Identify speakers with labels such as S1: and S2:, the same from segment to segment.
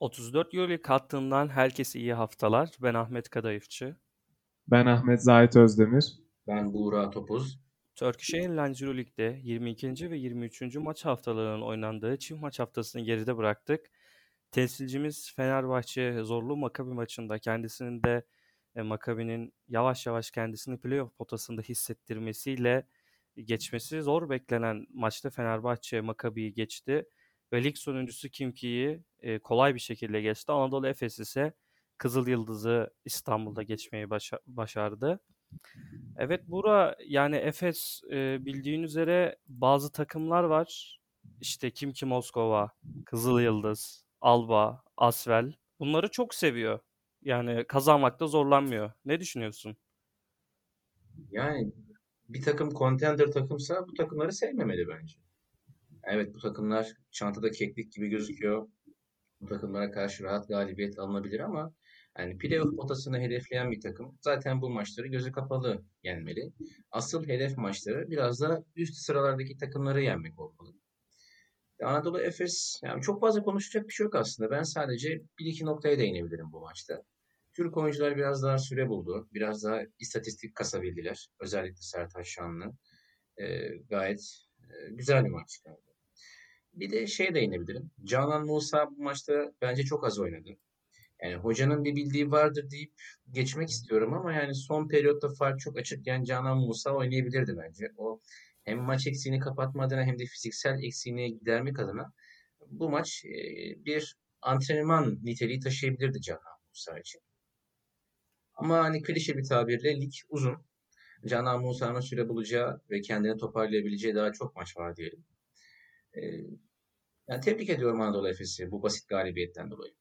S1: 34 Euroleague hattından herkese iyi haftalar. Ben Ahmet Kadayıfçı.
S2: Ben Ahmet Zahit Özdemir.
S3: Ben Buğra Topuz.
S1: Turkish Airlines Euroleague'de 22. ve 23. maç haftalarının oynandığı çift maç haftasını geride bıraktık. Temsilcimiz Fenerbahçe zorlu Maccabi maçında kendisinin de Maccabi'nin yavaş yavaş kendisini playoff potasında hissettirmesiyle geçmesi zor beklenen maçta Fenerbahçe Maccabi'yi geçti ve lig sonuncusu Khimki'yi kolay bir şekilde geçti. Anadolu Efes ise Kızıl Yıldız'ı İstanbul'da geçmeyi başardı. Evet Bura, yani Efes, bildiğin üzere bazı takımlar var. İşte Kimki Moskova, Kızıl Yıldız, Alba, Asvel. Bunları çok seviyor. Yani kazanmakta zorlanmıyor. Ne düşünüyorsun?
S3: Yani bir takım contender takımsa bu takımları sevmemeli bence. Evet, bu takımlar çantada keklik gibi gözüküyor. Bu takımlara karşı rahat galibiyet alınabilir ama yani playoff potasını hedefleyen bir takım zaten bu maçları gözü kapalı yenmeli. Asıl hedef maçları biraz da üst sıralardaki takımları yenmek olmalı. Anadolu Efes, yani çok fazla konuşacak bir şey yok aslında. Ben sadece bir iki noktaya değinebilirim bu maçta. Türk oyuncular biraz daha süre buldu. Biraz daha istatistik kasabildiler. Özellikle Sertaç Şanlı. Gayet güzel bir maç çıkardı. Bir de şeye değinebilirim. Canan Musa bu maçta bence çok az oynadı. Yani hocanın bir bildiği vardır deyip geçmek istiyorum ama yani son periyotta fark çok açıkken Canan Musa oynayabilirdi bence. O hem maç eksiğini kapatma adına hem de fiziksel eksiğini gidermek adına bu maç bir antrenman niteliği taşıyabilirdi Canan Musa için. Ama hani klişe bir tabirle lig uzun. Canan Musa'nın süre bulacağı ve kendini toparlayabileceği daha çok maç var diyelim. E, Yani tebrik ediyorum Anadolu Efes'i bu basit galibiyetten dolayı.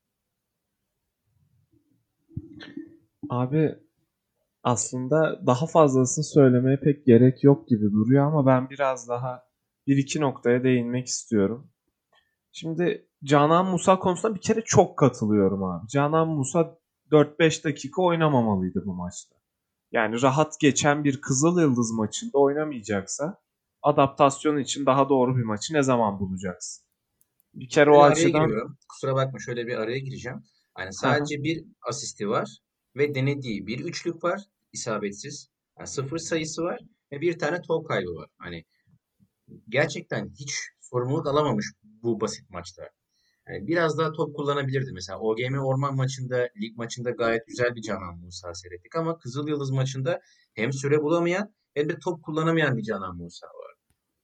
S2: Abi aslında daha fazlasını söylemeye pek gerek yok gibi duruyor ama ben biraz daha bir iki noktaya değinmek istiyorum. Şimdi Canan Musa konusunda bir kere çok katılıyorum abi. Canan Musa 4-5 dakika oynamamalıydı bu maçta. Yani rahat geçen bir Kızıl Yıldız maçında oynamayacaksa adaptasyon için daha doğru bir maçı ne zaman bulacaksın? Bir kere o
S3: Şöyle araya
S2: açıdan
S3: giriyorum. Kusura bakma, şöyle bir araya gireceğim. Hani sadece bir asisti var ve denediği bir üçlük var, isabetsiz. Yani sıfır sayısı var ve bir tane top kaybı var. Hani gerçekten hiç sorumluluk alamamış bu basit maçta. Yani biraz daha top kullanabilirdi. Mesela OGM Orman maçında, lig maçında gayet güzel bir Canan Musa seyrettik ama Kızıl Yıldız maçında hem süre bulamayan hem de top kullanamayan bir Canan Musa var.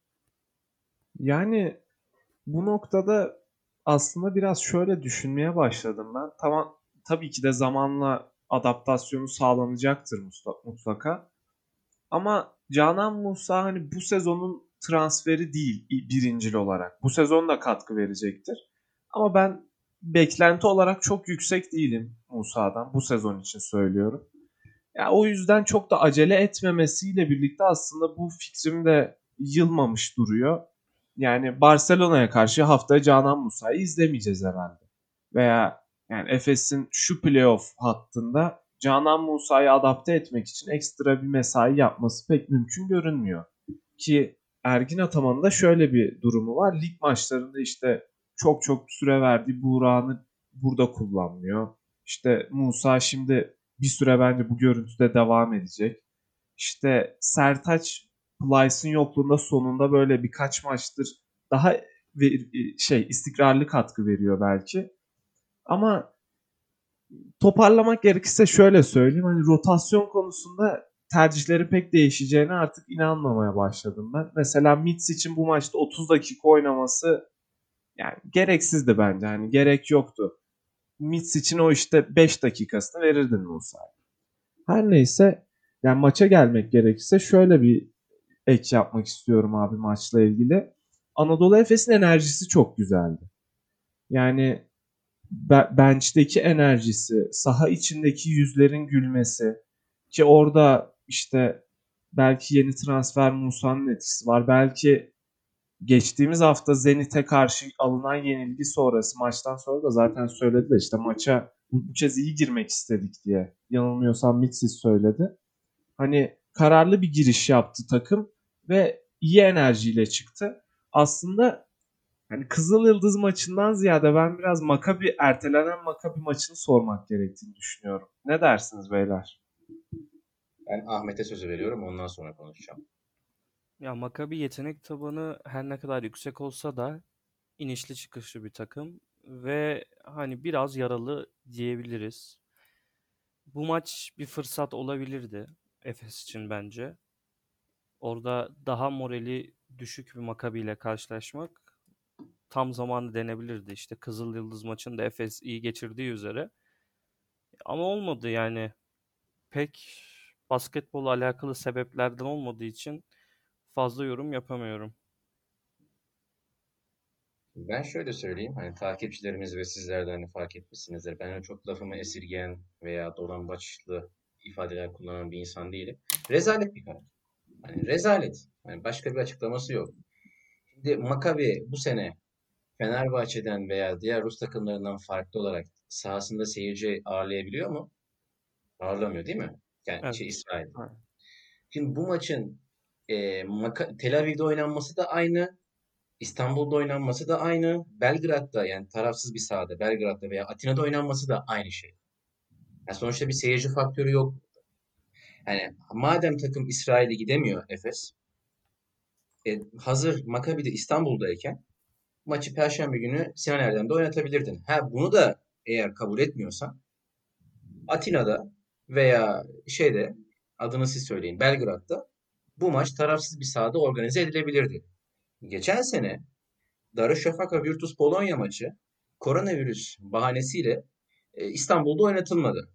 S2: yani bu noktada aslında biraz şöyle düşünmeye başladım ben. Tamam, tabii ki de zamanla adaptasyonu sağlanacaktır mutlaka. Ama Canan Musa hani bu sezonun transferi değil birincil olarak. Bu sezon da katkı verecektir. Ama ben beklenti olarak çok yüksek değilim Musa'dan. Bu sezon için söylüyorum. Ya o yüzden çok da acele etmemesiyle birlikte aslında bu fikrim de yılmamış duruyor. Yani Barcelona'ya karşı haftaya Canan Musa'yı izlemeyeceğiz herhalde. Veya yani Efes'in şu playoff hattında Canan Musa'yı adapte etmek için ekstra bir mesai yapması pek mümkün görünmüyor. Ki Ergin Ataman'ın da şöyle bir durumu var. Lig maçlarında işte çok çok süre verdiği Buğra'nı burada kullanmıyor. İşte Musa şimdi bir süre bence bu görüntüde devam edecek. İşte Sertaç Plyce'ın yokluğunda sonunda böyle birkaç maçtır daha istikrarlı katkı veriyor belki. Ama toparlamak gerekirse şöyle söyleyeyim. Hani rotasyon konusunda tercihleri pek değişeceğine artık inanmamaya başladım ben. Mesela Mitz için bu maçta 30 dakika oynaması yani gereksizdi bence. Hani gerek yoktu. Mitz için o işte 5 dakikasını verirdin Musa. Her neyse, yani maça gelmek gerekirse şöyle bir ek yapmak istiyorum abi maçla ilgili. Anadolu Efes'in enerjisi çok güzeldi. Yani bench'teki enerjisi, saha içindeki yüzlerin gülmesi ki orada işte belki yeni transfer Musa'nın etkisi var. Belki geçtiğimiz hafta Zenit'e karşı alınan yenilgi sonrası maçtan sonra da zaten söyledi de işte maça bu kez iyi girmek istedik diye. Yanılmıyorsam Mitsis söyledi. Hani kararlı bir giriş yaptı takım ve iyi enerjiyle çıktı. Aslında Hani Kızıl Yıldız maçından ziyade ben biraz ertelenen Maccabi maçını sormak gerektiğini düşünüyorum. Ne dersiniz beyler?
S3: Ben Ahmet'e sözü veriyorum, ondan sonra konuşacağım.
S1: Ya Maccabi yetenek tabanı her ne kadar yüksek olsa da inişli çıkışlı bir takım ve hani biraz yaralı diyebiliriz. Bu maç bir fırsat olabilirdi Efes için bence. Orada daha morali düşük bir Maccabi ile karşılaşmak tam zamanı denebilirdi. İşte Kızıl Yıldız maçında Efes iyi geçirdiği üzere. Ama olmadı yani. Pek basketbolla alakalı sebeplerden olmadığı için fazla yorum yapamıyorum.
S3: Ben şöyle söyleyeyim, hani takipçilerimiz ve sizler de hani fark etmişsinizdir. Ben öyle çok lafımı esirgeyen veya dolambaçlı ifadeler kullanan bir insan değilim. Rezalet bir karar. Hani rezalet. Hani başka bir açıklaması yok. Şimdi Maccabi bu sene Fenerbahçe'den veya diğer Rus takımlarından farklı olarak sahasında seyirci ağırlayabiliyor mu? Ağırlamıyor değil mi? Yani
S1: Evet.
S3: İsrail.
S2: Ha.
S3: Şimdi bu maçın Tel Aviv'de oynanması da aynı, İstanbul'da oynanması da aynı, Belgrad'da yani tarafsız bir sahada, Belgrad'da veya Atina'da oynanması da aynı şey. Yani sonuçta bir seyirci faktörü yok. Yani madem takım İsrail'e gidemiyor Efes, hazır Maccabi de İstanbul'dayken maçı Perşembe günü Sinan Erdem'de oynatabilirdin. Ha bunu da eğer kabul etmiyorsan Atina'da veya adını siz söyleyin Belgrad'da bu maç tarafsız bir sahada organize edilebilirdi. Geçen sene Darüşşafaka Virtus Bologna maçı koronavirüs bahanesiyle İstanbul'da oynatılmadı.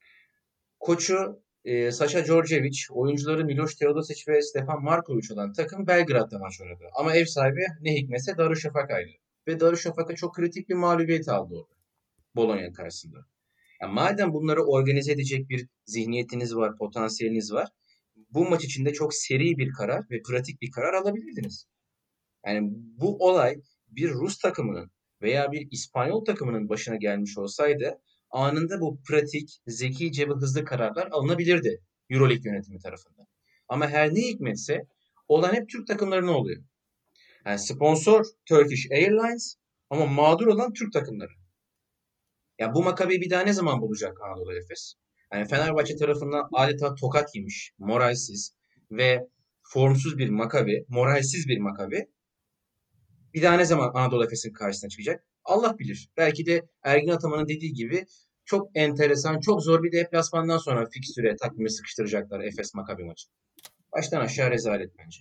S3: Koçu Saša Djordjević, oyuncuları Miloš Teodosić ve Stefan Marković olan takım Belgrad'da maç oynadı. Ama ev sahibi ne hikmetse Darüşşafaka'ydı. Ve Darüşşafaka çok kritik bir mağlubiyet aldı orada Bologna karşısında. Yani madem bunları organize edecek bir zihniyetiniz var, potansiyeliniz var, bu maç içinde çok seri bir karar ve pratik bir karar alabilirdiniz. Yani bu olay bir Rus takımının veya bir İspanyol takımının başına gelmiş olsaydı anında bu pratik, zekice ve hızlı kararlar alınabilirdi Euroleague yönetimi tarafından. Ama her ne hikmetse olan hep Türk takımlarına oluyor. Yani sponsor Turkish Airlines ama mağdur olan Türk takımları. Ya bu Makabi bir daha ne zaman bulacak Anadolu Efes? Yani Fenerbahçe tarafından adeta tokat yemiş, moralsiz ve formsuz bir Makabi, moralsiz bir Makabi bir daha ne zaman Anadolu Efes'in karşısına çıkacak? Allah bilir. Belki de Ergin Ataman'ın dediği gibi çok enteresan, çok zor bir deplasmandan sonra fikstüre takvime sıkıştıracaklar Efes Makabi maçı. Baştan aşağı rezalet bence.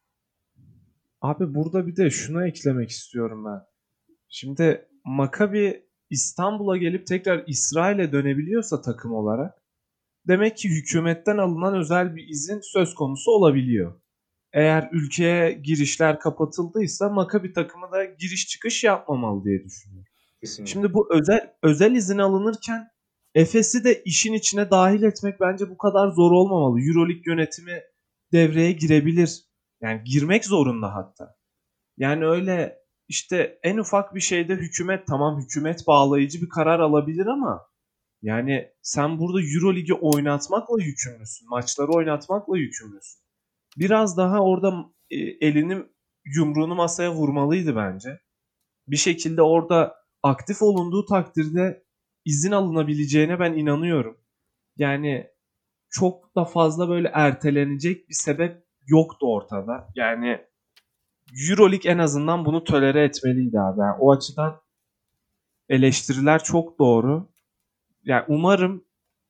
S2: Abi burada bir de şuna eklemek istiyorum ben. Şimdi Maccabi İstanbul'a gelip tekrar İsrail'e dönebiliyorsa takım olarak demek ki hükümetten alınan özel bir izin söz konusu olabiliyor. Eğer ülkeye girişler kapatıldıysa Maccabi takımı da giriş çıkış yapmamalı diye düşünüyorum.
S3: Kesinlikle.
S2: Şimdi bu özel izin alınırken Efes'i de işin içine dahil etmek bence bu kadar zor olmamalı. Euroleague yönetimi devreye girebilir. Yani girmek zorunda hatta. Yani öyle işte en ufak bir şeyde hükümet bağlayıcı bir karar alabilir ama yani sen burada Euroligi oynatmakla yükümlüsün. Maçları oynatmakla yükümlüsün. Biraz daha orada elini yumruğunu masaya vurmalıydı bence. Bir şekilde orada aktif olunduğu takdirde izin alınabileceğine ben inanıyorum. Yani çok da fazla böyle ertelenecek bir sebep yoktu ortada. Yani Euroleague en azından bunu tolere etmeliydi abi. Yani o açıdan eleştiriler çok doğru. Yani umarım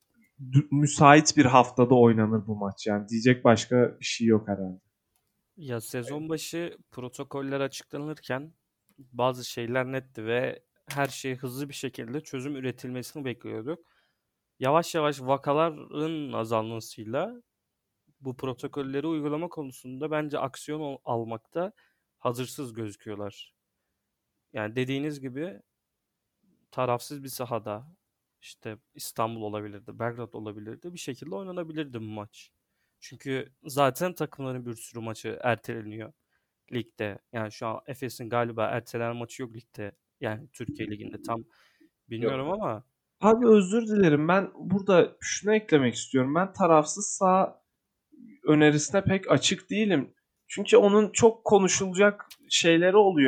S2: müsait bir haftada oynanır bu maç. Yani diyecek başka bir şey yok herhalde.
S1: Ya sezon başı protokoller açıklanırken bazı şeyler netti ve her şey hızlı bir şekilde çözüm üretilmesini bekliyorduk. Yavaş yavaş vakaların azalmasıyla bu protokolleri uygulama konusunda bence aksiyon almakta hazırsız gözüküyorlar. Yani dediğiniz gibi tarafsız bir sahada işte İstanbul olabilirdi, Belgrad olabilirdi. Bir şekilde oynanabilirdi bu maç. Çünkü zaten takımların bir sürü maçı erteleniyor ligde. Yani şu an Efes'in galiba ertelenen maçı yok ligde. Yani Türkiye Ligi'nde tam
S3: Yok.
S1: bilmiyorum ama
S2: Abi özür dilerim. Ben burada şunu eklemek istiyorum. Ben tarafsız saha önerisine pek açık değilim. Çünkü onun çok konuşulacak şeyleri oluyor.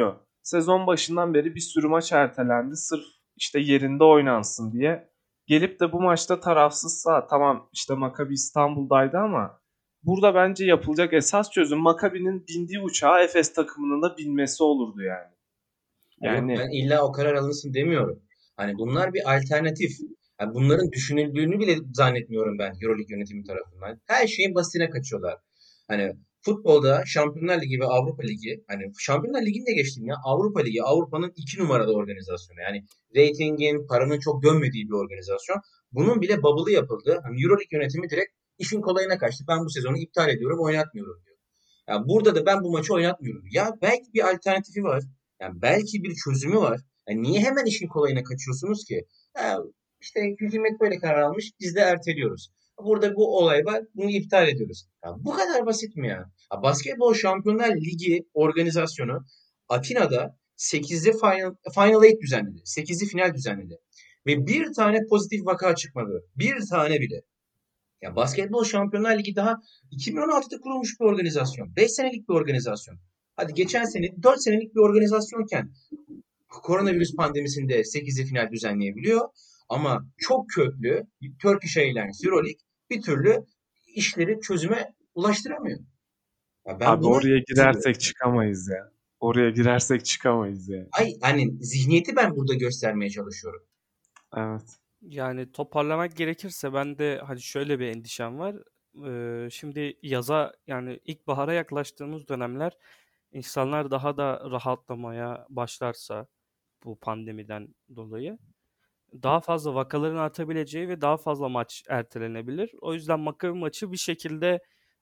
S2: sezon başından beri bir sürü maç ertelendi. Sırf işte yerinde oynansın diye. Gelip de bu maçta tarafsızsa, tamam işte Maccabi İstanbul'daydı ama burada bence yapılacak esas çözüm Maccabi'nin bindiği uçağa Efes takımının da binmesi olurdu yani.
S3: Ya yok,
S2: Yani
S3: ben illa o karar alınsın demiyorum. Hani bunlar bir alternatif. Yani bunların düşünüldüğünü bile zannetmiyorum ben Euroleague yönetimi tarafından. Her şeyin basitine kaçıyorlar. Hani futbolda Şampiyonlar Ligi ve Avrupa Ligi, hani Şampiyonlar Ligi'ni de geçtim ya. Avrupa Ligi Avrupa'nın 2 numaralı organizasyonu. Yani reytingin, paranın çok dönmediği bir organizasyon. Bunun bile bubble'ı yapıldı. Hani Euroleague yönetimi direkt işin kolayına kaçtı. Ben bu sezonu iptal ediyorum, oynatmıyorum diyor. Ya burada da ben bu maçı oynatmıyorum. Ya belki bir alternatifi var. Yani belki bir çözümü var. Yani niye hemen işin kolayına kaçıyorsunuz ki? Ya işte hükümet böyle karar almış, biz de erteliyoruz. Burada bu olay var, bunu iptal ediyoruz. Ya bu kadar basit mi ya? Ya Basketbol Şampiyonlar Ligi organizasyonu Atina'da 8'li Final 8 düzenledi. 8'li final düzenledi. Ve bir tane pozitif vaka çıkmadı. Bir tane bile. Ya Basketbol Şampiyonlar Ligi daha 2016'da kurulmuş bir organizasyon. 5 senelik bir organizasyon. Hadi geçen sene 4 senelik bir organizasyonken koronavirüs pandemisinde 8'li final düzenleyebiliyor. Ama çok köklü Turkish Airlines Euroleague bir türlü işleri çözüme ulaştıramıyor. Ya ben
S2: abi
S3: buna
S2: oraya
S3: üzülüyorum.
S2: girersek çıkamayız ya. Oraya girersek çıkamayız ya.
S3: Ay hani zihniyeti ben burada göstermeye çalışıyorum.
S2: Evet.
S1: Yani toparlamak gerekirse ben de hani şöyle bir endişem var. Şimdi yaza yani ilkbahara yaklaştığımız dönemler insanlar daha da rahatlamaya başlarsa bu pandemiden dolayı daha fazla vakaların artabileceği ve daha fazla maç ertelenebilir. O yüzden Maccabi maçı bir şekilde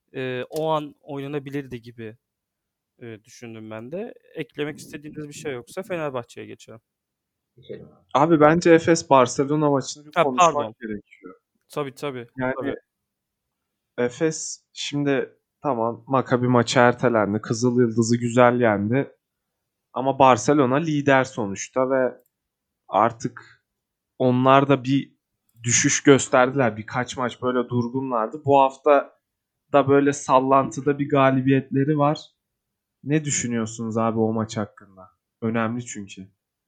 S1: o an oynanabilirdi gibi düşündüm ben de. Eklemek istediğiniz bir şey yoksa Fenerbahçe'ye geçelim.
S3: Geçelim abi.
S2: Abi bence Efes Barcelona maçını bir
S1: Ha
S2: konuşmak
S1: pardon.
S2: gerekiyor.
S1: Tabii tabii. Tabii.
S2: Yani Efes şimdi tamam Maccabi maçı ertelendi. Kızıl Yıldız'ı güzel yendi. Ama Barcelona lider sonuçta ve artık onlar da bir düşüş gösterdiler. Birkaç maç böyle durgunlardı. Bu hafta da böyle sallantıda bir galibiyetleri var. Ne düşünüyorsunuz abi o maç hakkında? Önemli çünkü.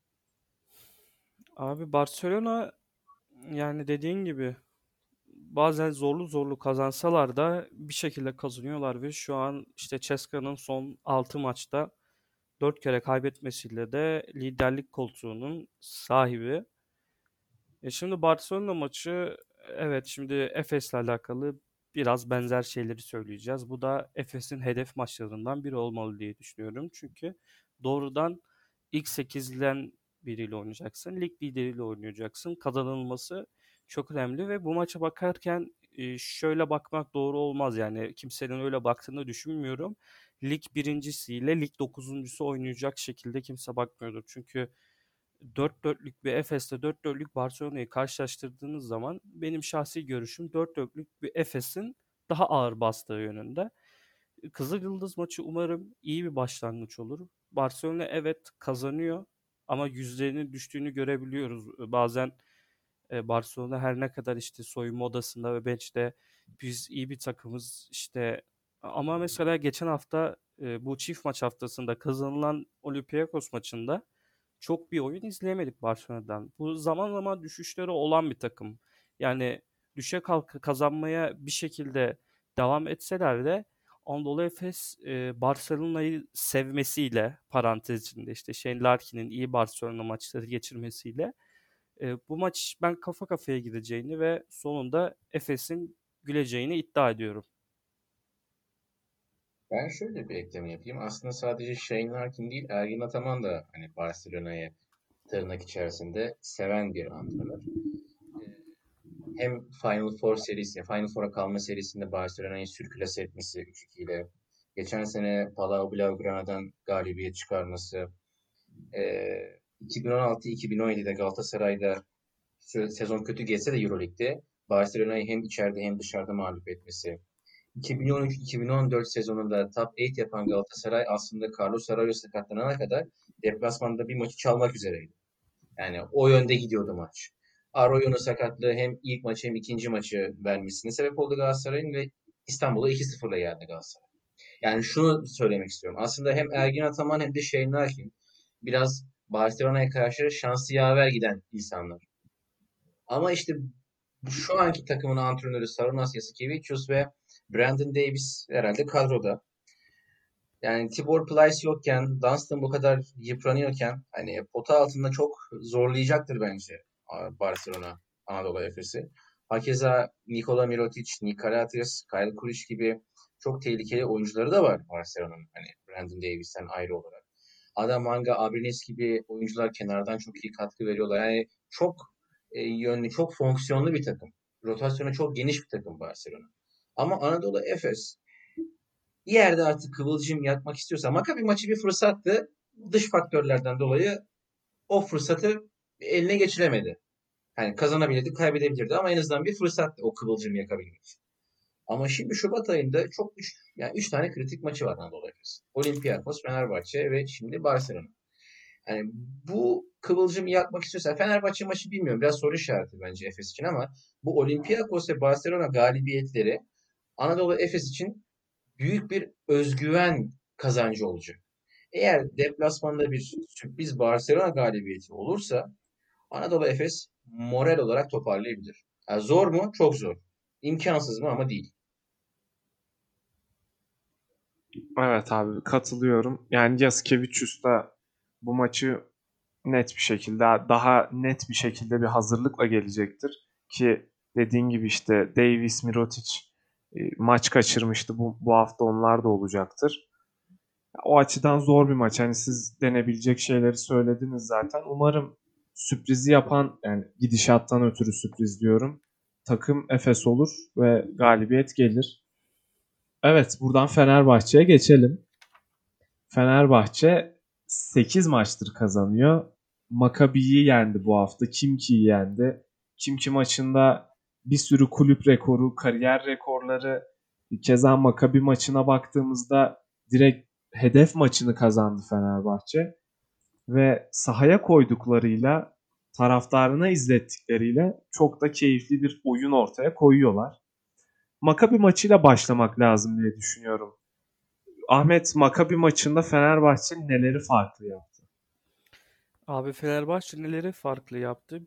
S1: Abi Barcelona yani dediğin gibi bazen zorlu zorlu kazansalar da bir şekilde kazanıyorlar ve şu an işte Ceska'nın son 6 maçta 4 kere kaybetmesiyle de liderlik koltuğunun sahibi. Şimdi Barcelona maçı evet şimdi Efes'le alakalı biraz benzer şeyleri söyleyeceğiz. Bu da Efes'in hedef maçlarından biri olmalı diye düşünüyorum. Çünkü doğrudan ilk 8'den biriyle oynayacaksın. Lig lideriyle oynayacaksın. Kazanılması çok önemli ve bu maça bakarken şöyle bakmak doğru olmaz. Yani kimsenin öyle baktığını düşünmüyorum. Lig birincisiyle lig dokuzuncusu oynayacak şekilde kimse bakmıyordur. Çünkü 4-4'lük bir Efes'le 4-4'lük Barcelona'yı karşılaştırdığınız zaman benim şahsi görüşüm 4-4'lük bir Efes'in daha ağır bastığı yönünde. Kızıl Yıldız maçı umarım iyi bir başlangıç olur. Barcelona evet kazanıyor ama yüzlerinin düştüğünü görebiliyoruz. Bazen Barcelona her ne kadar işte soyunma odasında ve bench'te biz iyi bir takımız işte ama mesela geçen hafta bu çift maç haftasında kazanılan Olympiakos maçında çok bir oyun izleyemedik Barcelona'dan. Bu zaman zaman düşüşleri olan bir takım. Yani düşe kalka kazanmaya bir şekilde devam etseler de Anadolu Efes Barcelona'yı sevmesiyle parantez içinde işte Shane Larkin'in iyi Barcelona maçları geçirmesiyle bu maç ben kafa kafaya gideceğini ve sonunda Efes'in güleceğini iddia ediyorum.
S3: Ben şöyle bir ekleme yapayım. Aslında sadece Shane Larkin değil, Ergin Ataman da hani Barcelona'yı tırnak içerisinde seven bir antrenör. Hem Final Four serisi, Final Four'a kalma serisinde Barcelona'yı sürklase etmesi 3-2 ile, geçen sene Palau Blaugrana'dan galibiyet çıkarması, 2016-2017'de Galatasaray'da sezon kötü geçse de Euroleague'de Barcelona'yı hem içeride hem dışarıda mağlup etmesi, 2013-2014 sezonunda top 8 yapan Galatasaray aslında Carlos Arroyo sakatlanana kadar deplasmanda bir maçı çalmak üzereydi. Yani o yönde gidiyordu maç. Arroyo'nun sakatlığı hem ilk maçı hem ikinci maçı vermesine sebep oldu Galatasaray'ın ve İstanbul'a 2-0'la geldi Galatasaray. Yani şunu söylemek istiyorum. Aslında hem Ergin Ataman hem de Shane Larkin biraz Barcelona'ya karşı şansı yaver giden insanlar. Ama işte şu anki takımın antrenörü Sarunas Jasikevičius ve Brandon Davies herhalde kadroda. Yani Tibor Plyce yokken, Dunstan bu kadar yıpranıyorken hani pota altında çok zorlayacaktır bence Barcelona Anadolu Efes'i. Hakeza Nikola Mirotic, Nick Karatis, Kyle Kuric gibi çok tehlikeli oyuncuları da var Barcelona'nın. Hani Brandon Davies'ten ayrı olarak. Adam Manga, Abrines gibi oyuncular kenardan çok iyi katkı veriyorlar. Yani çok yönlü, çok fonksiyonlu bir takım. Rotasyonu çok geniş bir takım Barcelona. Ama Anadolu Efes bir yerde artık kıvılcım yakmak istiyorsa, Maccabi maçı bir fırsattı. Dış faktörlerden dolayı o fırsatı eline geçiremedi. Yani kazanabilirdi, kaybedebilirdi ama en azından bir fırsattı o kıvılcım yakabilmek için. Ama şimdi Şubat ayında çok yani üç tane kritik maçı var Anadolu Efes. Olympiakos, Fenerbahçe ve şimdi Barcelona. Yani bu kıvılcımı yakmak istiyorsa Fenerbahçe maçı bilmiyorum. Biraz soru işareti bence Efes için ama bu Olympiakos ve Barcelona galibiyetleri Anadolu Efes için büyük bir özgüven kazancı olacak. Eğer deplasmanda bir sürpriz Barcelona galibiyeti olursa Anadolu Efes moral olarak toparlayabilir. Yani zor mu? Çok zor. İmkansız mı? Ama değil.
S2: Evet abi, katılıyorum. Yani Jasikevičius da bu maçı net bir şekilde, daha net bir şekilde bir hazırlıkla gelecektir. Ki dediğin gibi işte Davis, Mirotic maç kaçırmıştı. Bu hafta onlar da olacaktır. O açıdan zor bir maç. Hani siz denebilecek şeyleri söylediniz zaten. Umarım sürprizi yapan, yani gidişattan ötürü sürpriz diyorum, takım Efes olur ve galibiyet gelir. Evet, buradan Fenerbahçe'ye geçelim. Fenerbahçe 8 maçtır kazanıyor. Maccabi'yi yendi bu hafta. Khimki'yi yendi. Khimki maçında bir sürü kulüp rekoru, kariyer rekorları. Keza Maccabi maçına baktığımızda direkt hedef maçını kazandı Fenerbahçe. Ve sahaya koyduklarıyla, taraftarına izlettikleriyle çok da keyifli bir oyun ortaya koyuyorlar. Maccabi maçıyla başlamak lazım diye düşünüyorum. Ahmet, Maccabi maçında Fenerbahçe neleri farklı yaptı?
S1: Abi Fenerbahçe neleri farklı yaptı?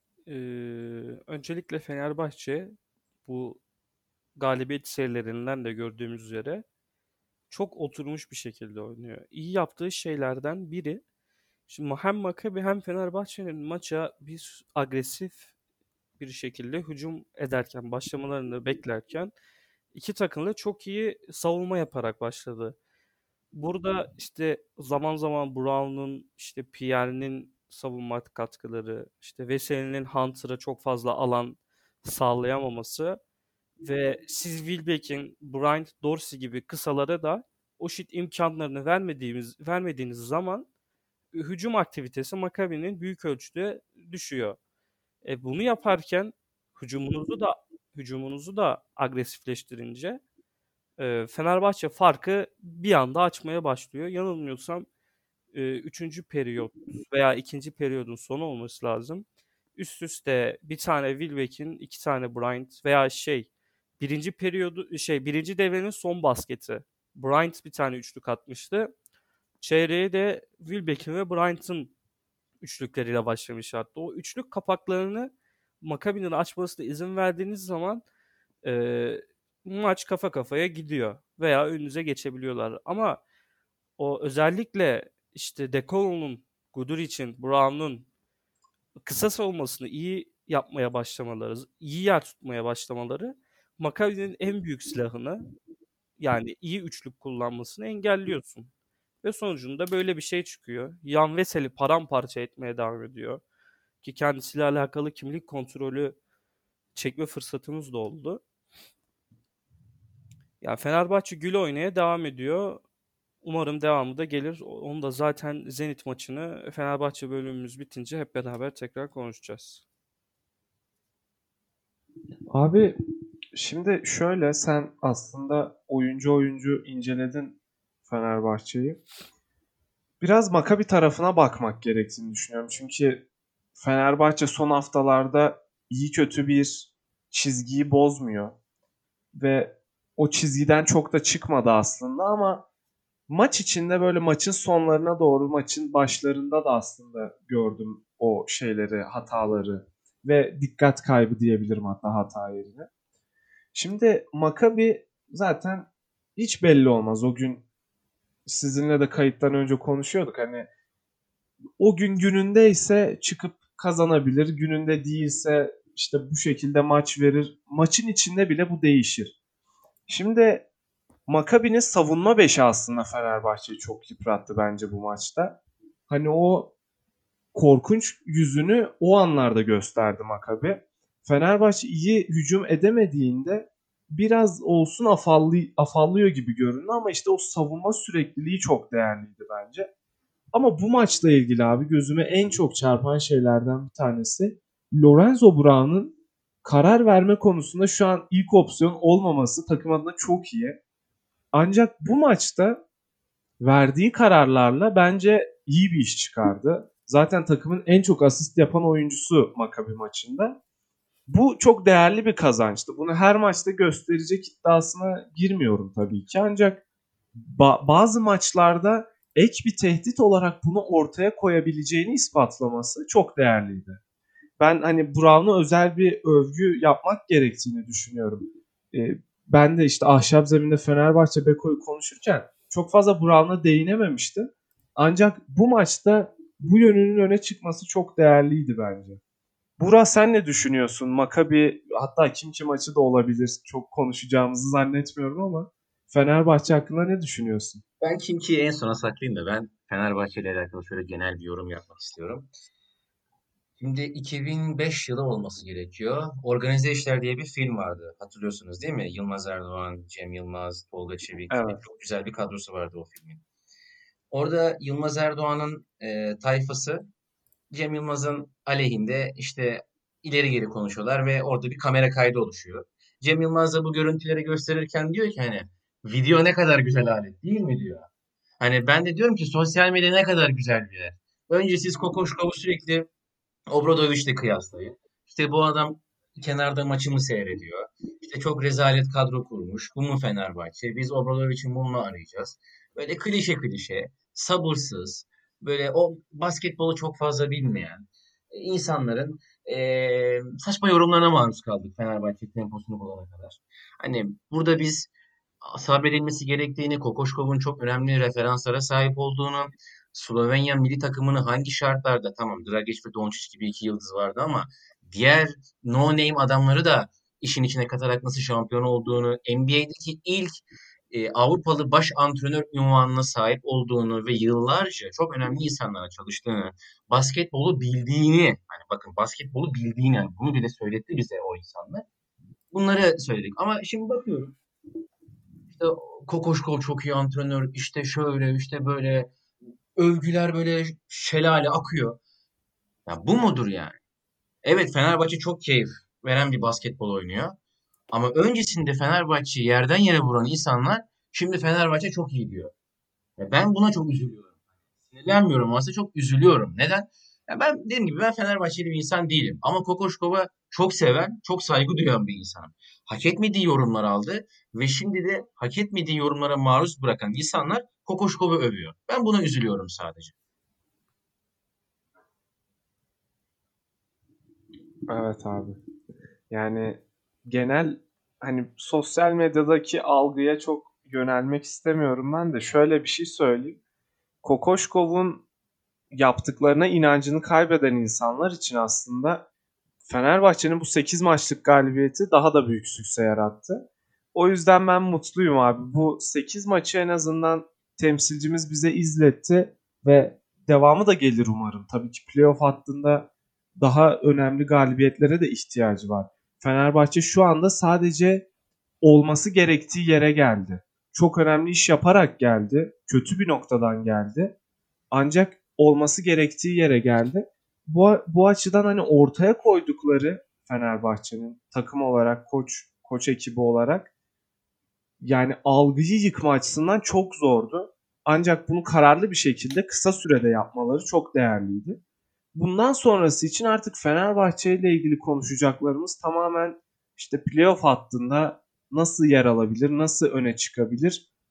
S1: Öncelikle Fenerbahçe bu galibiyet serilerinden de gördüğümüz üzere çok oturmuş bir şekilde oynuyor. İyi yaptığı şeylerden biri, şimdi hem Maccabi hem Fenerbahçe'nin maça bir agresif bir şekilde hücum ederken, başlamalarını beklerken iki takım da çok iyi savunma yaparak başladı. Burada işte zaman zaman Brown'un, işte Pierre'nin savunma katkıları, işte Veseli'nin Hunter'a çok fazla alan sağlayamaması ve siz Wilbeck'in, Bryant, Dorsey gibi kısalara da o şut imkanlarını vermediğiniz zaman hücum aktivitesi Maccabi'nin büyük ölçüde düşüyor. Bunu yaparken hücumunuzu da hücumunuzu da agresifleştirince Fenerbahçe farkı bir anda açmaya başlıyor. Yanılmıyorsam 3. periyot veya ikinci periyodun sonu olması lazım. Üst üste bir tane Wilbeck'in, iki tane Bryant veya birinci devrenin son basketi. Bryant bir tane üçlük atmıştı. Çeyreğe de Wilbeck'in ve Bryant'ın üçlükleriyle başlamışlardı. O üçlük kapaklarını Maccabi'nin açmasına izin verdiğiniz zaman maç kafa kafaya gidiyor veya önünüze geçebiliyorlar. Ama o özellikle işte De Colo'nun, Guduric'in, Brown'un kısa savunmasını iyi yapmaya başlamaları, iyi yer tutmaya başlamaları Maccabi'nin en büyük silahını, yani iyi üçlük kullanmasını engelliyorsun. Ve sonucunda böyle bir şey çıkıyor. Yan Veseli paramparça etmeye devam ediyor. Ki kendisiyle alakalı kimlik kontrolü çekme fırsatımız da oldu. Yani Fenerbahçe gül oynaya devam ediyor. Umarım devamı da gelir. Onu da zaten Zenit maçını Fenerbahçe bölümümüz bitince hep beraber tekrar konuşacağız.
S2: Abi, şimdi şöyle, sen aslında oyuncu oyuncu inceledin Fenerbahçe'yi. Biraz Maccabi tarafına bakmak gerektiğini düşünüyorum. Çünkü Fenerbahçe son haftalarda iyi kötü bir çizgiyi bozmuyor. Ve o çizgiden çok da çıkmadı aslında ama Maç içinde böyle maçın sonlarına doğru, maçın başlarında da aslında gördüm o şeyleri, hataları ve dikkat kaybı diyebilirim hatta hata yerine. Şimdi Maccabi zaten hiç belli olmaz. O gün sizinle de kayıttan önce konuşuyorduk. Hani o gün günündeyse çıkıp kazanabilir. Gününde değilse işte bu şekilde maç verir. Maçın içinde bile bu değişir. Şimdi Maccabi'nin savunma beşi aslında Fenerbahçe'yi çok yıprattı bence bu maçta. Hani o korkunç yüzünü o anlarda gösterdi Maccabi. Fenerbahçe iyi hücum edemediğinde biraz olsun afallıyor gibi göründü ama işte o savunma sürekliliği çok değerliydi bence. Ama bu maçla ilgili abi gözüme en çok çarpan şeylerden bir tanesi Lorenzo Brown'un karar verme konusunda şu an ilk opsiyon olmaması takım adına çok iyi. Ancak bu maçta verdiği kararlarla bence iyi bir iş çıkardı. Zaten takımın en çok asist yapan oyuncusu Maccabi maçında. Bu çok değerli bir kazançtı. Bunu her maçta gösterecek iddiasına girmiyorum tabii ki. Ancak bazı maçlarda ek bir tehdit olarak bunu ortaya koyabileceğini ispatlaması çok değerliydi. Ben hani Brown'a özel bir övgü yapmak gerektiğini düşünüyorum. Ee, Ben de işte Ahşap Zemin'de Fenerbahçe Beko'yu konuşurken çok fazla Brown'a değinememiştim. Ancak bu maçta bu yönünün öne çıkması çok değerliydi bence. Burak sen ne düşünüyorsun? Maccabi hatta kim maçı da olabilir. Çok konuşacağımızı zannetmiyorum ama Fenerbahçe hakkında ne düşünüyorsun?
S3: Ben Kimki'yi en sona saklayayım da ben Fenerbahçe ile alakalı şöyle genel bir yorum yapmak istiyorum. Şimdi 2005 yılı olması gerekiyor. Organize İşler diye bir film vardı. Hatırlıyorsunuz değil mi? Yılmaz Erdoğan, Cem Yılmaz, Tolga Çevik.
S2: Evet.
S3: Çok güzel bir kadrosu vardı o filmin. Orada Yılmaz Erdoğan'ın tayfası Cem Yılmaz'ın aleyhinde işte ileri geri konuşuyorlar ve orada bir kamera kaydı oluşuyor. Cem Yılmaz da bu görüntüleri gösterirken diyor ki hani video ne kadar güzel alet değil mi diyor. Hani ben de diyorum ki sosyal medya ne kadar güzel bir yer. Önce siz Kokoşkov'u sürekli Obradoviç'le kıyaslayın. İşte bu adam kenarda maçımı seyrediyor. İşte çok rezalet kadro kurmuş. Bu mu Fenerbahçe? Biz Obradoviç'in bunu arayacağız. Böyle klişe klişe, sabırsız, böyle o basketbolu çok fazla bilmeyen insanların saçma yorumlarına maruz kaldık Fenerbahçe temposunu bulana kadar. Hani burada biz sabredilmesi gerektiğini, Kokoşkov'un çok önemli referanslara sahip olduğunu, Slovenya milli takımını hangi şartlarda tamam Dragic ve Doncic gibi iki yıldız vardı ama diğer no name adamları da işin içine katarak nasıl şampiyon olduğunu, NBA'deki ilk Avrupalı baş antrenör unvanına sahip olduğunu ve yıllarca çok önemli insanlara çalıştığını, basketbolu bildiğini, hani bakın basketbolu bildiğini, yani bunu bile söyletti bize o insanlar. Bunları söyledik. Ama şimdi bakıyorum işte Kokoşkov çok iyi antrenör, işte şöyle, işte böyle övgüler böyle şelale akıyor. Ya bu mudur yani? Evet Fenerbahçe çok keyif veren bir basketbol oynuyor. Ama öncesinde Fenerbahçe'yi yerden yere vuran insanlar şimdi Fenerbahçe çok iyi diyor. Ben buna çok üzülüyorum. Sinirlenmiyorum aslında çok üzülüyorum. Neden? Ya ben dediğim gibi ben Fenerbahçeli bir insan değilim. Ama Kokoşkov'a çok seven, çok saygı duyan bir insanım. Hak etmediği yorumlar aldı ve şimdi de hak etmediği yorumlara maruz bırakan insanlar Kokoşkov'u övüyor. Ben buna üzülüyorum sadece.
S2: Evet abi. Yani genel hani sosyal medyadaki algıya çok yönelmek istemiyorum ben de. Şöyle bir şey söyleyeyim. Kokoşkov'un yaptıklarına inancını kaybeden insanlar için aslında Fenerbahçe'nin bu 8 maçlık galibiyeti daha da büyük sükse yarattı. O yüzden ben mutluyum abi. Bu 8 maçı en azından temsilcimiz bize izletti ve devamı da gelir umarım. Tabii ki playoff hattında daha önemli galibiyetlere de ihtiyacı var. Fenerbahçe şu anda sadece olması gerektiği yere geldi. Çok önemli iş yaparak geldi. Kötü bir noktadan geldi. Ancak olması gerektiği yere geldi. Bu açıdan hani ortaya koydukları Fenerbahçe'nin takım olarak, koç ekibi olarak yani algıyı yıkma açısından çok zordu. Ancak bunu kararlı bir şekilde kısa sürede yapmaları çok değerliydi. Bundan sonrası için artık Fenerbahçe ile ilgili konuşacaklarımız tamamen işte playoff hattında nasıl yer alabilir, nasıl öne çıkabilir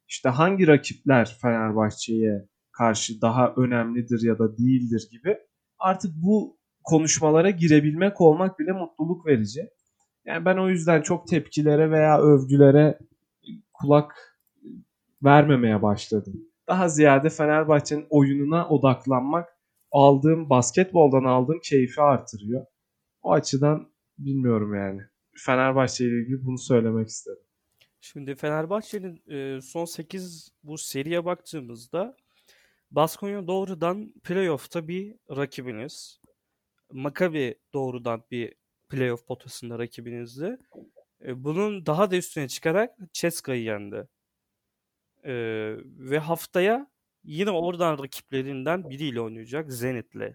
S2: işte hangi rakipler Fenerbahçe'ye karşı daha önemlidir ya da değildir gibi artık bu konuşmalara girebilmek olmak bile mutluluk verici. Yani ben o yüzden çok tepkilere veya övgülere kulak vermemeye başladım. Daha ziyade Fenerbahçe'nin oyununa odaklanmak basketboldan aldığım keyfi artırıyor. O açıdan bilmiyorum yani. Fenerbahçe ile ilgili bunu söylemek istedim.
S1: Şimdi Fenerbahçe'nin son 8 bu seriye baktığımızda Baskonya doğrudan playoff'ta bir rakibiniz. Maccabi doğrudan bir playoff potasında rakibinizdi. Bunun daha da üstüne çıkarak CSKA'yı yendi. E, Ve haftaya yine oradan rakiplerinden biriyle oynayacak Zenit'le.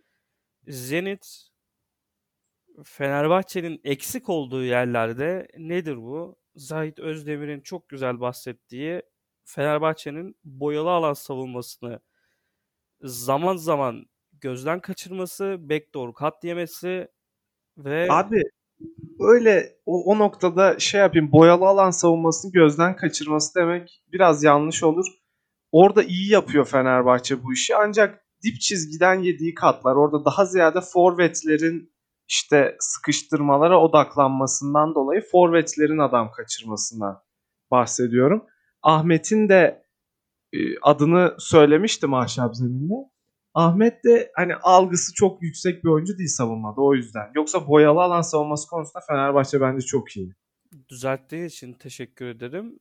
S1: Zenit Fenerbahçe'nin eksik olduğu yerlerde nedir bu? Zahit Özdemir'in çok güzel bahsettiği Fenerbahçe'nin boyalı alan savunmasını zaman zaman gözden kaçırması, backdoor kat yemesi ve
S2: Abi öyle o noktada şey yapayım, boyalı alan savunmasını gözden kaçırması demek biraz yanlış olur. Orada iyi yapıyor Fenerbahçe bu işi, ancak dip çizgiden yediği katlar, orada daha ziyade forvetlerin işte sıkıştırmalara odaklanmasından dolayı forvetlerin adam kaçırmasından bahsediyorum. Ahmet'in de adını söylemiştim ahşap zeminde. Ahmet de hani algısı çok yüksek bir oyuncu değil savunmada, o yüzden. Yoksa boyalı alan savunması konusunda Fenerbahçe bence çok iyi.
S1: düzelttiği için teşekkür ederim.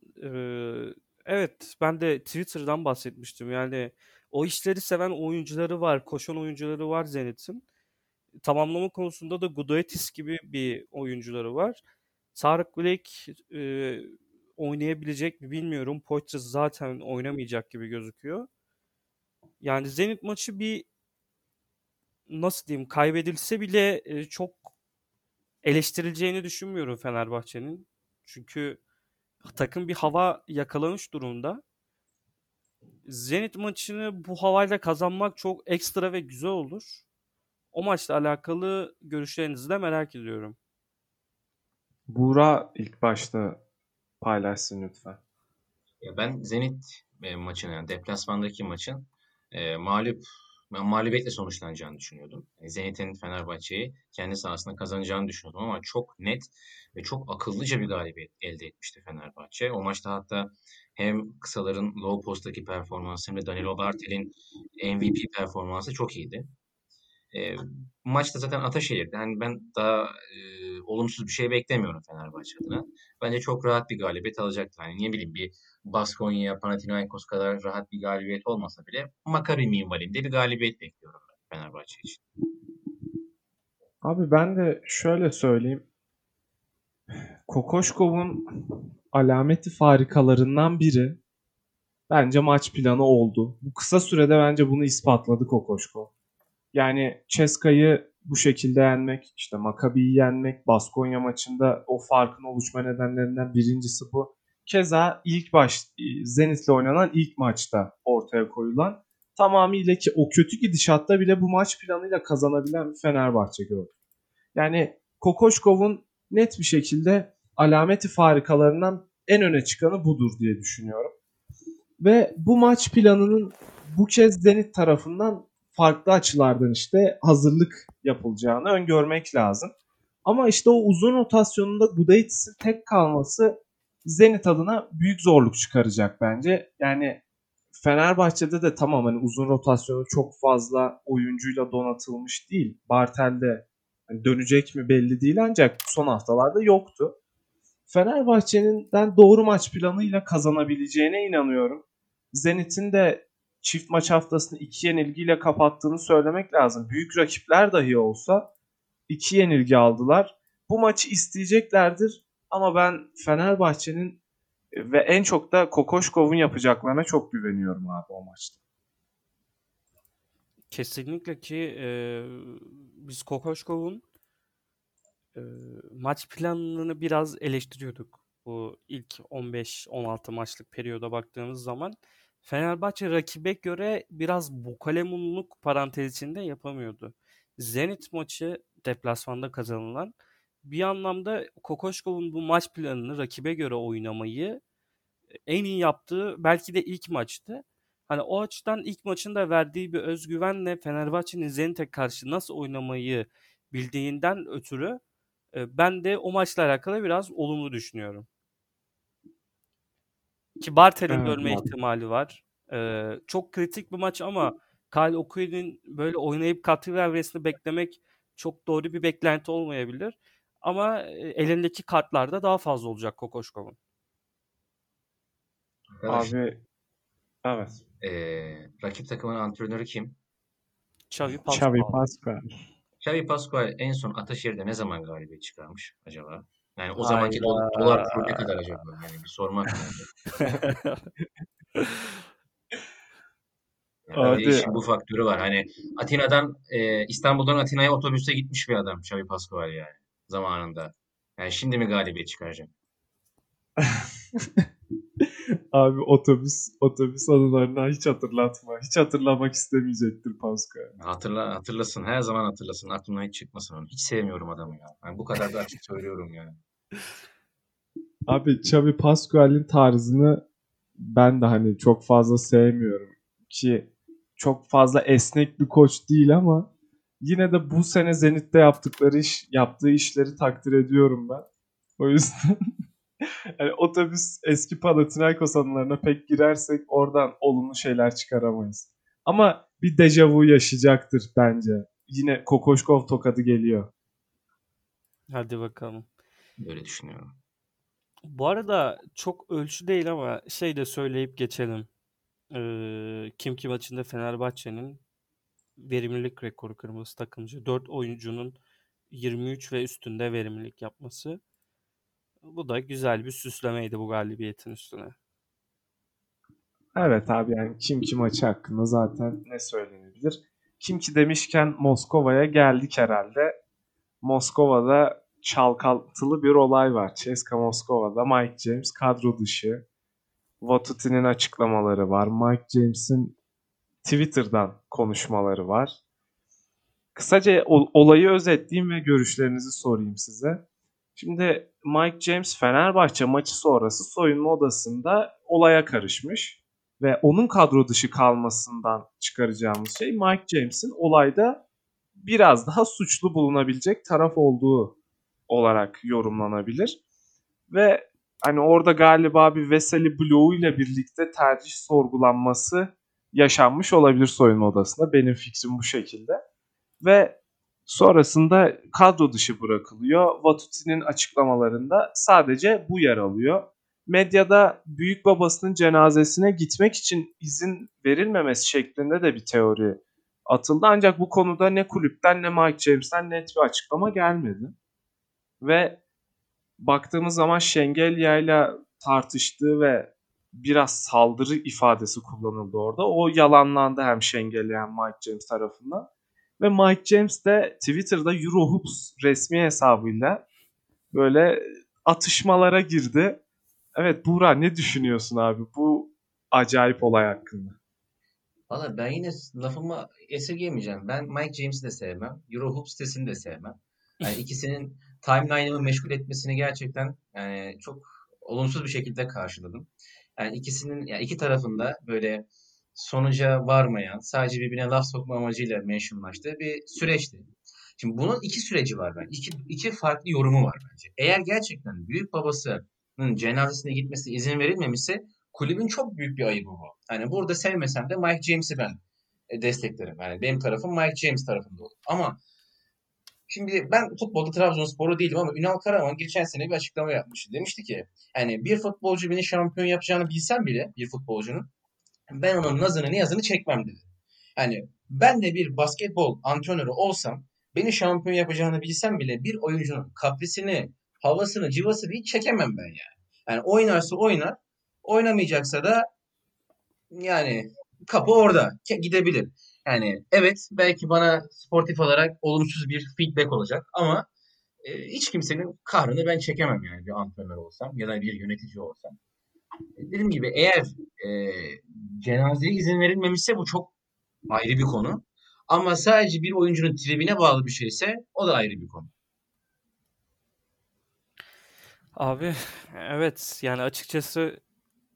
S1: Evet, ben de Twitter'dan bahsetmiştim. Yani o işleri seven oyuncuları var, koşan oyuncuları var Zenit'in. Tamamlama konusunda da Gudaitis gibi bir oyuncuları var. Tarık Bilek oynayabilecek mi bilmiyorum. Poitras zaten oynamayacak gibi gözüküyor. Yani Zenit maçı bir nasıl diyeyim kaybedilse bile çok eleştirileceğini düşünmüyorum Fenerbahçe'nin. Çünkü takım bir hava yakalamış durumda. Zenit maçını bu havayla kazanmak çok ekstra ve güzel olur. O maçla alakalı görüşlerinizi de merak ediyorum.
S2: Buğra ilk başta paylaşsın lütfen.
S3: Ya ben Zenit maçını, yani deplasmandaki maçın mağlup ben mağlubiyetle sonuçlanacağını düşünüyordum. Zenit'in Fenerbahçe'yi kendi sahasında kazanacağını düşünüyordum ama çok net ve çok akıllıca bir galibiyet elde etmişti Fenerbahçe. O maçta hatta hem kısaların low post'taki performansı hem de Danilo Bartel'in MVP performansı çok iyiydi. E, Maçta zaten Ataşehir'de. Yani ben daha olumsuz bir şey beklemiyorum Fenerbahçe adına. Bence çok rahat bir galibiyet alacaktır. Hani ne bileyim, bir Baskonya, Panathinaikos kadar rahat bir galibiyet olmasa bile Maccabi minvalinde bir galibiyet bekliyorum ben Fenerbahçe için.
S2: Abi ben de şöyle söyleyeyim. Kokoşkov'un alameti farikalarından biri bence maç planı oldu. Bu kısa sürede bence bunu ispatladı Kokoşkov. Yani Ceska'yı bu şekilde yenmek, işte Maccabi'yi yenmek, Baskonya maçında o farkın oluşma nedenlerinden birincisi bu. Keza Zenit'le oynanan ilk maçta ortaya koyulan, tamamıyla ki o kötü gidişatta bile bu maç planıyla kazanabilen bir Fenerbahçe gördük. Yani Kokoşkov'un net bir şekilde alameti farikalarından en öne çıkanı budur diye düşünüyorum. Ve bu maç planının bu kez Zenit tarafından farklı açılardan işte hazırlık yapılacağını öngörmek lazım. Ama işte o uzun rotasyonunda Gudaitis'in tek kalması Zenit adına büyük zorluk çıkaracak bence. Yani Fenerbahçe'de de tamam, hani uzun rotasyonu çok fazla oyuncuyla donatılmış değil. Bartel'de hani dönecek mi belli değil, ancak son haftalarda yoktu. Fenerbahçe'nin doğru maç planıyla kazanabileceğine inanıyorum. Zenit'in de çift maç haftasını 2 yenilgiyle kapattığını söylemek lazım. Büyük rakipler dahi olsa 2 yenilgi aldılar. Bu maçı isteyeceklerdir ama ben Fenerbahçe'nin ve en çok da Kokoşkov'un yapacaklarına çok güveniyorum abi o maçta.
S1: Kesinlikle ki biz Kokoşkov'un e, maç planını biraz eleştiriyorduk. Bu ilk 15-16 maçlık periyoda baktığımız zaman Fenerbahçe rakibe göre biraz bokalemunluk parantez içinde yapamıyordu. Zenit maçı deplasmanda kazanılan bir anlamda Kokoşkov'un bu maç planını rakibe göre oynamayı en iyi yaptığı belki de ilk maçtı. Hani o açıdan ilk maçında verdiği bir özgüvenle Fenerbahçe'nin Zenit'e karşı nasıl oynamayı bildiğinden ötürü ben de o maçla alakalı biraz olumlu düşünüyorum. Ki Bartel'in
S2: Evet
S1: dönme
S2: abi.
S1: ihtimali var. Çok kritik bir maç ama Kyle Okuyu'nun böyle oynayıp katkı vermesini beklemek çok doğru bir beklenti olmayabilir. Ama elindeki kartlarda daha fazla olacak Kokoşkov'un.
S3: Arkadaş,
S2: Abi evet.
S3: rakip takımın antrenörü kim?
S1: Xavi
S2: Xavi
S1: Pascual.
S2: Pascual.
S3: Xavi Pascual en son Ataşehir'de ne zaman galibiyet çıkarmış acaba? Yani o zamanki
S1: Hayda.
S3: dolar kuru ne kadar acaba? Yani bir sormak lazım. Yani bir de
S2: Abi
S3: işin bu faktörü var. Hani Atina'dan İstanbul'dan Atina'ya otobüste gitmiş bir adam Xavi Pascual yani zamanında. Yani şimdi mi galibiyet çıkaracak?
S2: abi otobüs anılarını hiç hatırlatma. Hiç hatırlamak istemeyecektir Pascal.
S3: Hatırlasın. Her zaman hatırlasın. Aklımdan hiç çıkmasın onu. Hiç sevmiyorum adamı ya. Yani bu kadar da açık söylüyorum yani.
S2: Abi Xavi Pascual'in tarzını ben de hani çok fazla sevmiyorum ki çok fazla esnek bir koç değil ama yine de bu sene Zenit'te yaptığı işleri takdir ediyorum ben. O yüzden hani eski Panathinaikos anılarına pek girersek oradan olumlu şeyler çıkaramayız. Ama bir dejavu yaşayacaktır bence. Yine Kokoşkov tokadı geliyor.
S1: Hadi bakalım.
S3: Böyle düşünüyorum.
S1: Bu arada çok ölçü değil ama şey de söyleyip geçelim. Kimki maçında Fenerbahçe'nin verimlilik rekoru kırmızı takımcı. 4 oyuncunun 23 ve üstünde verimlilik yapması. Bu da güzel bir süslemeydi bu galibiyetin üstüne.
S2: Evet abi yani Kimki maçı hakkında zaten ne söylenebilir? Kimki demişken Moskova'ya geldik herhalde. Moskova'da çalkantılı bir olay var. CSKA Moskova'da Mike James kadro dışı. Vatuti'nin açıklamaları var. Mike James'in Twitter'dan konuşmaları var. Kısaca olayı özetleyeyim ve görüşlerinizi sorayım size. Şimdi Mike James Fenerbahçe maçı sonrası soyunma odasında olaya karışmış ve onun kadro dışı kalmasından çıkaracağımız şey Mike James'in olayda biraz daha suçlu bulunabilecek taraf olduğu olarak yorumlanabilir. Ve hani orada galiba bir Veseli Bloğu ile birlikte tercih sorgulanması yaşanmış olabilir soyunma odasında. Benim fikrim bu şekilde. Ve sonrasında kadro dışı bırakılıyor. Vatuti'nin açıklamalarında sadece bu yer alıyor. Medyada büyük babasının cenazesine gitmek için izin verilmemesi şeklinde de bir teori atıldı. Ancak bu konuda ne kulüpten ne Mike James'ten net bir açıklama gelmedi. Ve baktığımız zaman Şengelya tartıştığı ve biraz saldırı ifadesi kullanıldı orada. O yalanlandı hem Şengelya hem Mike James tarafından. Ve Mike James de Twitter'da Eurohoops resmi hesabıyla böyle atışmalara girdi. Evet Buğra ne düşünüyorsun abi bu acayip olay hakkında?
S3: Valla ben yine lafımı esirgemeyeceğim. Ben Mike James'i de sevmem. Eurohoop sitesini de sevmem. Yani ikisinin timeline'ımı meşgul etmesini gerçekten yani çok olumsuz bir şekilde karşıladım. Yani ikisinin yani iki tarafında böyle sonuca varmayan, sadece birbirine laf sokma amacıyla mentionlaştığı bir süreçti. Şimdi bunun iki süreci var bence. İki farklı yorumu var bence. Eğer gerçekten büyük babasının cenazesine gitmesine izin verilmemişse kulübün çok büyük bir ayıbı bu. Hani burada sevmesem de Mike James'i ben desteklerim. Yani benim tarafım Mike James tarafında olur. Ama şimdi ben futbolda Trabzonsporlu değilim ama Ünal Karaman geçen sene bir açıklama yapmıştı. Demişti ki yani bir futbolcu beni şampiyon yapacağını bilsem bile bir futbolcunun ben onun nazını niyazını çekmem dedi. Yani ben de bir basketbol antrenörü olsam beni şampiyon yapacağını bilsem bile bir oyuncunun kaprisini, havasını, cıvasını hiç çekemem ben yani. Yani oynarsa oynar, oynamayacaksa da yani kapı orada gidebilir. Yani evet belki bana sportif olarak olumsuz bir feedback olacak ama hiç kimsenin kahrını ben çekemem yani bir antrenör olsam ya da bir yönetici olsam. Dediğim gibi eğer e, cenazeye izin verilmemişse bu çok ayrı bir konu. Ama sadece bir oyuncunun tribine bağlı bir şeyse o da ayrı bir konu.
S1: Abi evet yani açıkçası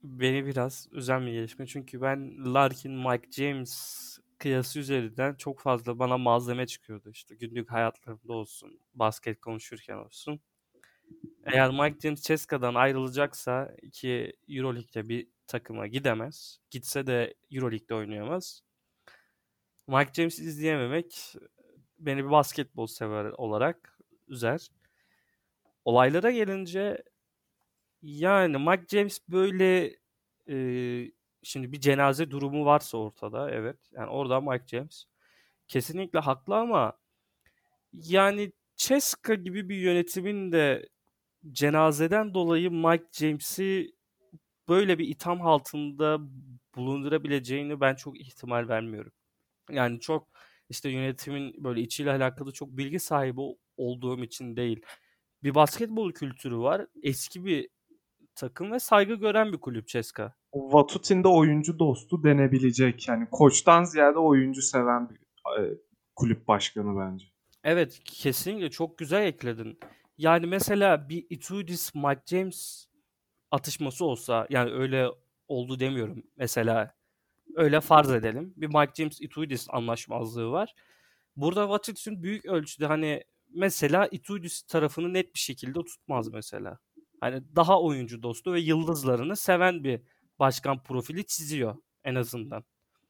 S1: beni biraz üzen bir gelişme. Çünkü ben Larkin, Mike James kıyası üzerinden çok fazla bana malzeme çıkıyordu. İşte günlük hayatlarında olsun, basket konuşurken olsun. Eğer Mike James CSKA'dan ayrılacaksa ki Euroleague'de bir takıma gidemez. Gitse de Euroleague'de oynayamaz. Mike James'i izleyememek beni bir basketbol sever olarak üzer. Olaylara gelince yani Mike James böyle e, şimdi bir cenaze durumu varsa ortada, evet. Yani orada Mike James kesinlikle haklı ama yani CSKA gibi bir yönetimin de cenazeden dolayı Mike James'i böyle bir itham altında bulundurabileceğini ben çok ihtimal vermiyorum. Yani çok işte yönetimin böyle içiyle alakalı çok bilgi sahibi olduğum için değil. Bir basketbol kültürü var. Eski bir takım ve saygı gören bir kulüp CSKA.
S2: Vatutin'de oyuncu dostu denebilecek. Yani koçtan ziyade oyuncu seven bir kulüp başkanı bence.
S1: Evet, kesinlikle çok güzel ekledin. Yani mesela bir Itudis Mike James atışması olsa, yani öyle oldu demiyorum. Mesela öyle farz edelim. Bir Mike James Itudis anlaşmazlığı var. Burada Watson büyük ölçüde hani mesela Itudis tarafını net bir şekilde tutmaz mesela. Hani daha oyuncu dostu ve yıldızlarını seven bir başkan profili çiziyor en azından.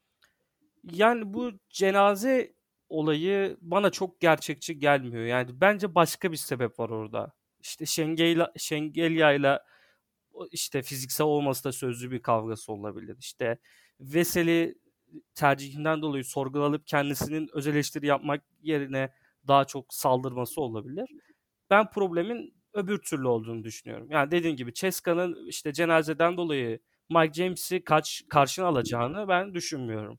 S1: Yani bu cenaze olayı bana çok gerçekçi gelmiyor. Yani bence başka bir sebep var orada. İşte Şengelya'yla işte fiziksel olması da sözlü bir kavgası olabilir. İşte Veseli tercihinden dolayı sorgulanıp kendisinin öz eleştiri yapmak yerine daha çok saldırması olabilir. Ben problemin öbür türlü olduğunu düşünüyorum. Yani dediğim gibi Ceska'nın işte cenazeden dolayı Mike James'i karşına alacağını ben düşünmüyorum.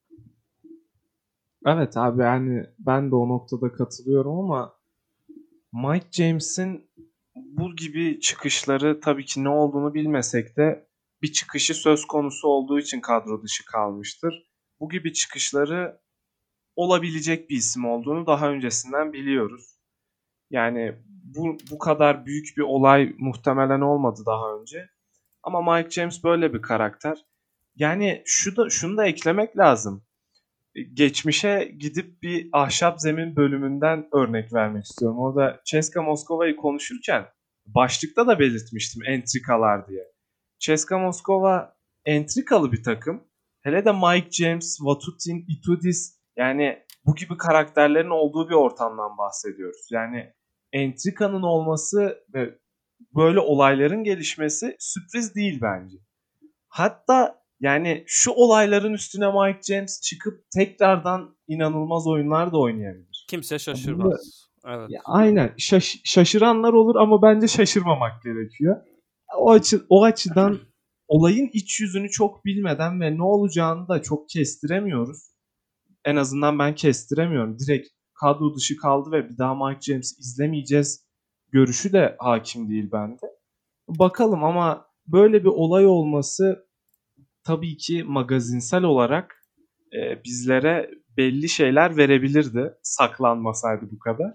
S2: Evet abi, yani ben de o noktada katılıyorum ama Mike James'in bu gibi çıkışları, tabii ki ne olduğunu bilmesek de bir çıkışı söz konusu olduğu için kadro dışı kalmıştır. Bu gibi çıkışları olabilecek bir isim olduğunu daha öncesinden biliyoruz. Yani bu kadar büyük bir olay muhtemelen olmadı daha önce. Ama Mike James böyle bir karakter. Yani şunu da eklemek lazım. Geçmişe gidip bir ahşap zemin bölümünden örnek vermek istiyorum. Orada CSKA Moskova'yı konuşurken başlıkta da belirtmiştim entrikalar diye. CSKA Moskova entrikalı bir takım. Hele de Mike James, Vatutin, Itudis, yani bu gibi karakterlerin olduğu bir ortamdan bahsediyoruz. Yani entrikanın olması ve böyle olayların gelişmesi sürpriz değil bence. Hatta yani şu olayların üstüne Mike James çıkıp tekrardan inanılmaz oyunlar da oynayabilir.
S1: Kimse
S2: Bunda
S1: şaşırmaz. Evet.
S2: aynen şaşıranlar olur ama bence şaşırmamak gerekiyor. O açıdan olayın iç yüzünü çok bilmeden ve ne olacağını da çok kestiremiyoruz. En azından ben kestiremiyorum. Direkt kadro dışı kaldı ve bir daha Mike James izlemeyeceğiz görüşü de hakim değil bende. Bakalım, ama böyle bir olay olması tabii ki magazinsel olarak bizlere belli şeyler verebilirdi, saklanmasaydı bu kadar.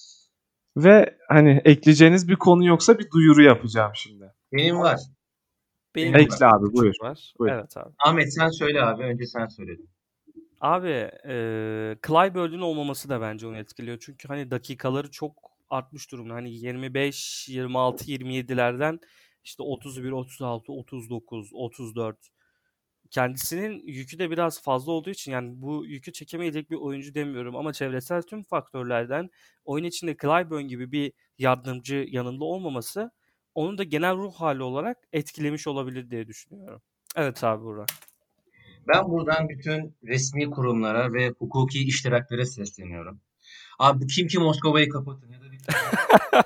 S2: Ve hani ekleyeceğiniz bir konu yoksa bir duyuru yapacağım şimdi.
S3: Benim var.
S1: Benim
S3: Benim
S1: de
S3: var.
S2: Ekle abi, buyur.
S1: küçük var.
S2: Buyur.
S1: Evet abi.
S3: Ahmet sen söyle abi. Önce sen söyledin.
S1: Abi Clyburn'un olmaması da bence onu etkiliyor. Çünkü hani dakikaları çok artmış durumda. Hani 25, 26, 27'lerden işte 31, 36, 39, 34. Kendisinin yükü de biraz fazla olduğu için yani bu yükü çekemeyecek bir oyuncu demiyorum ama çevresel tüm faktörlerden oyun içinde Clyburn gibi bir yardımcı yanında olmaması onun da genel ruh hali olarak etkilemiş olabilir diye düşünüyorum. Evet abi Burak.
S3: Ben buradan bütün resmi kurumlara ve hukuki iştiraklere sesleniyorum. Abi bu Kim Ki Moskova'yı kapatın ya da bir tane.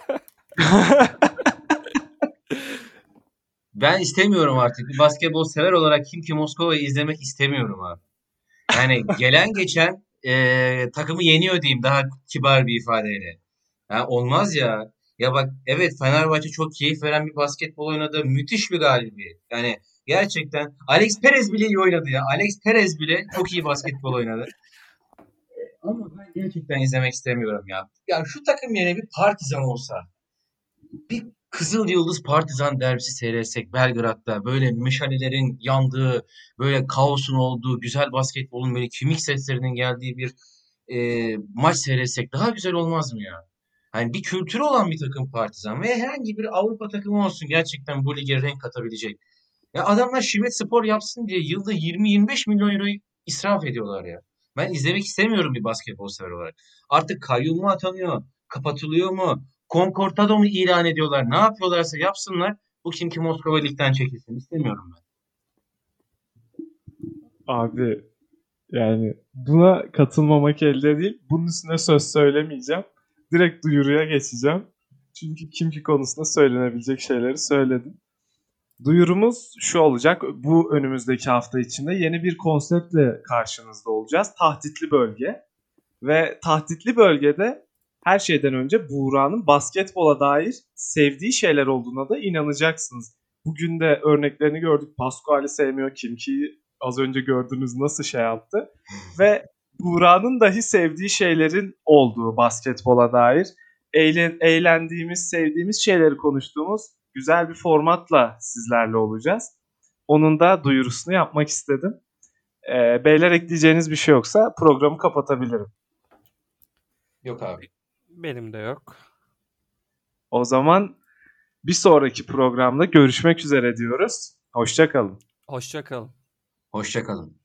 S3: Ben istemiyorum artık. Bir basketbol sever olarak Kim Ki Moskova'yı izlemek istemiyorum abi. Yani gelen geçen takımı yeniyor diyeyim daha kibar bir ifadeyle. Ha, olmaz ya. Ya bak evet Fenerbahçe çok keyif veren bir basketbol oynadı. Müthiş bir galibiyet. Yani gerçekten Alex Perez bile iyi oynadı ya. Alex Perez bile çok iyi basketbol oynadı. Ama ben gerçekten izlemek istemiyorum ya. Ya şu takım yerine bir Partizan olsa, bir Kızıl Yıldız Partizan derbisi seyretsek Belgrad'da böyle meşalelerin yandığı, böyle kaosun olduğu, güzel basketbolun böyle kümik seslerinin geldiği bir maç seyretsek daha güzel olmaz mı ya? Hani bir kültürü olan bir takım Partizan ve herhangi bir Avrupa takımı olsun gerçekten bu lige renk katabilecek. Ya adamlar Şivet Spor yapsın diye yılda 20-25 milyon euroyu israf ediyorlar ya. Ben izlemek istemiyorum bir basketbol sever olarak. Artık kayyum mu atanıyor? Kapatılıyor mu? Concortado mu ilan ediyorlar? Ne yapıyorlarsa yapsınlar. Bu kim ki Moskova Lig'den çekilsin. İstemiyorum ben.
S2: Abi yani buna katılmamak elde değil. Bunun üstüne söz söylemeyeceğim. Direkt duyuruya geçeceğim. Çünkü Kimki konusunda söylenebilecek şeyleri söyledim. Duyurumuz şu olacak. Bu önümüzdeki hafta içinde yeni bir konseptle karşınızda olacağız. Tahtitli bölge. Ve tahtitli bölgede her şeyden önce Buğra'nın basketbola dair sevdiği şeyler olduğuna da inanacaksınız. Bugün de örneklerini gördük. Pascual'i sevmiyor. Kimki'yi az önce gördüğünüz nasıl şey yaptı. Ve Buğra'nın dahi sevdiği şeylerin olduğu basketbola dair eğlendiğimiz, sevdiğimiz şeyleri konuştuğumuz güzel bir formatla sizlerle olacağız. Onun da duyurusunu yapmak istedim. Beyler ekleyeceğiniz bir şey yoksa programı kapatabilirim.
S3: Yok abi.
S1: Benim de yok.
S2: O zaman bir sonraki programda görüşmek üzere diyoruz. Hoşça kalın.
S1: Hoşça kalın.
S3: Hoşça kalın.